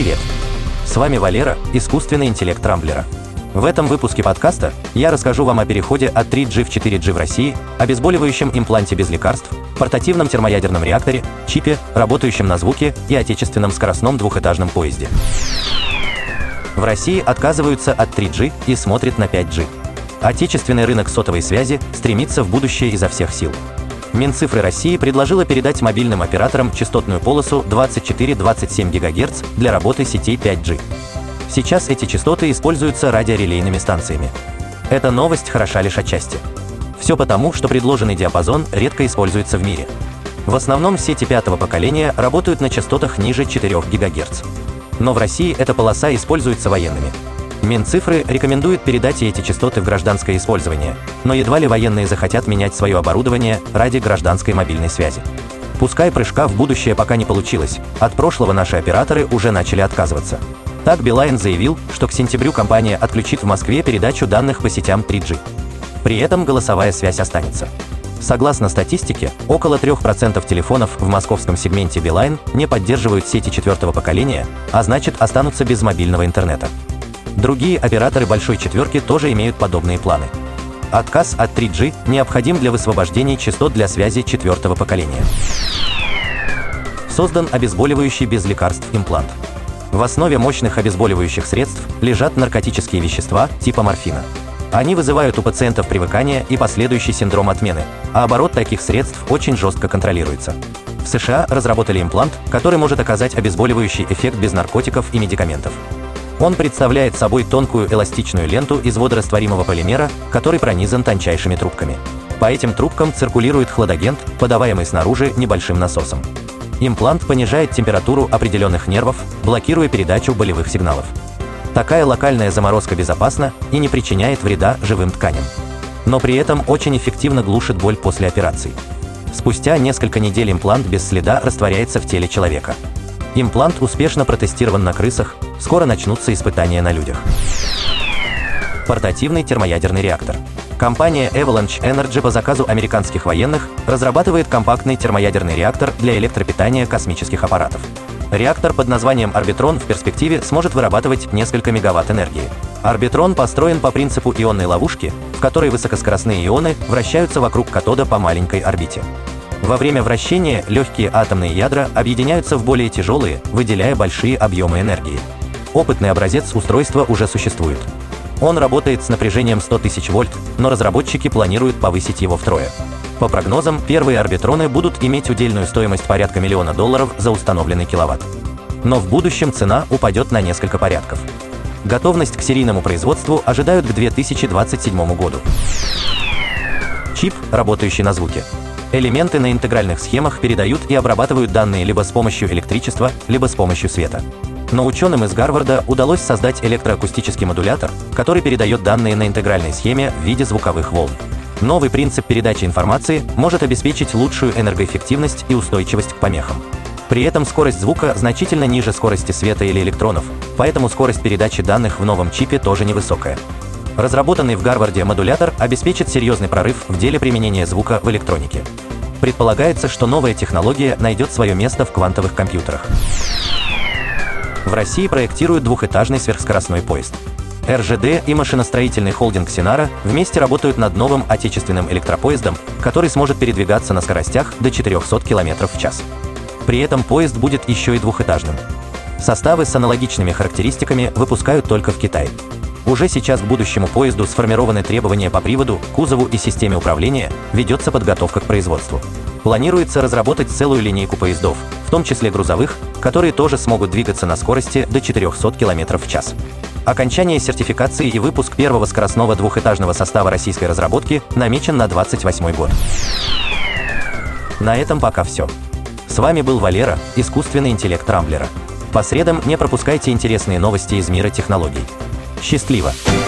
Привет! С вами Валера, искусственный интеллект Рамблера. В этом выпуске подкаста я расскажу вам о переходе от 3G в 4G в России, обезболивающем импланте без лекарств, портативном термоядерном реакторе, чипе, работающем на звуке и отечественном скоростном двухэтажном поезде. В России отказываются от 3G и смотрят на 5G. Отечественный рынок сотовой связи стремится в будущее изо всех сил. Минцифры России предложила передать мобильным операторам частотную полосу 24-27 ГГц для работы сетей 5G. Сейчас эти частоты используются радиорелейными станциями. Эта новость хороша лишь отчасти. Все потому, что предложенный диапазон редко используется в мире. В основном сети пятого поколения работают на частотах ниже 4 ГГц. Но в России эта полоса используется военными. Минцифры рекомендует передать и эти частоты в гражданское использование, но едва ли военные захотят менять свое оборудование ради гражданской мобильной связи. Пускай прыжка в будущее пока не получилось, от прошлого наши операторы уже начали отказываться. Так Билайн заявил, что к сентябрю компания отключит в Москве передачу данных по сетям 3G. При этом голосовая связь останется. Согласно статистике, около 3% телефонов в московском сегменте Билайн не поддерживают сети четвертого поколения, а значит останутся без мобильного интернета. Другие операторы большой четверки тоже имеют подобные планы. Отказ от 3G необходим для высвобождения частот для связи четвертого поколения. Создан обезболивающий без лекарств имплант. В основе мощных обезболивающих средств лежат наркотические вещества типа морфина. Они вызывают у пациентов привыкание и последующий синдром отмены, а оборот таких средств очень жестко контролируется. В США разработали имплант, который может оказать обезболивающий эффект без наркотиков и медикаментов. Он представляет собой тонкую эластичную ленту из водорастворимого полимера, который пронизан тончайшими трубками. По этим трубкам циркулирует хладагент, подаваемый снаружи небольшим насосом. Имплант понижает температуру определенных нервов, блокируя передачу болевых сигналов. Такая локальная заморозка безопасна и не причиняет вреда живым тканям. Но при этом очень эффективно глушит боль после операций. Спустя несколько недель имплант без следа растворяется в теле человека. Имплант успешно протестирован на крысах, скоро начнутся испытания на людях. Портативный термоядерный реактор. Компания Avalanche Energy по заказу американских военных разрабатывает компактный термоядерный реактор для электропитания космических аппаратов. Реактор под названием Орбитрон в перспективе сможет вырабатывать несколько мегаватт энергии. Орбитрон построен по принципу ионной ловушки, в которой высокоскоростные ионы вращаются вокруг катода по маленькой орбите. Во время вращения легкие атомные ядра объединяются в более тяжелые, выделяя большие объемы энергии. Опытный образец устройства уже существует. Он работает с напряжением 100 тысяч вольт, но разработчики планируют повысить его втрое. По прогнозам, первые орбитроны будут иметь удельную стоимость порядка $1 миллиона за установленный киловатт. Но в будущем цена упадет на несколько порядков. Готовность к серийному производству ожидают к 2027 году. Чип, работающий на звуке. Элементы на интегральных схемах передают и обрабатывают данные либо с помощью электричества, либо с помощью света. Но ученым из Гарварда удалось создать электроакустический модулятор, который передает данные на интегральной схеме в виде звуковых волн. Новый принцип передачи информации может обеспечить лучшую энергоэффективность и устойчивость к помехам. При этом скорость звука значительно ниже скорости света или электронов, поэтому скорость передачи данных в новом чипе тоже невысокая. Разработанный в Гарварде модулятор обеспечит серьезный прорыв в деле применения звука в электронике. Предполагается, что новая технология найдет свое место в квантовых компьютерах. В России проектируют двухэтажный сверхскоростной поезд. РЖД и машиностроительный холдинг Синара вместе работают над новым отечественным электропоездом, который сможет передвигаться на скоростях до 400 км в час. При этом поезд будет еще и двухэтажным. Составы с аналогичными характеристиками выпускают только в Китае. Уже сейчас к будущему поезду сформированы требования по приводу, кузову и системе управления, ведется подготовка к производству. Планируется разработать целую линейку поездов, в том числе грузовых, которые тоже смогут двигаться на скорости до 400 км в час. Окончание сертификации и выпуск первого скоростного двухэтажного состава российской разработки намечен на 2028 год. На этом пока все. С вами был Валера, искусственный интеллект Рамблера. По средам не пропускайте интересные новости из мира технологий. Счастливо!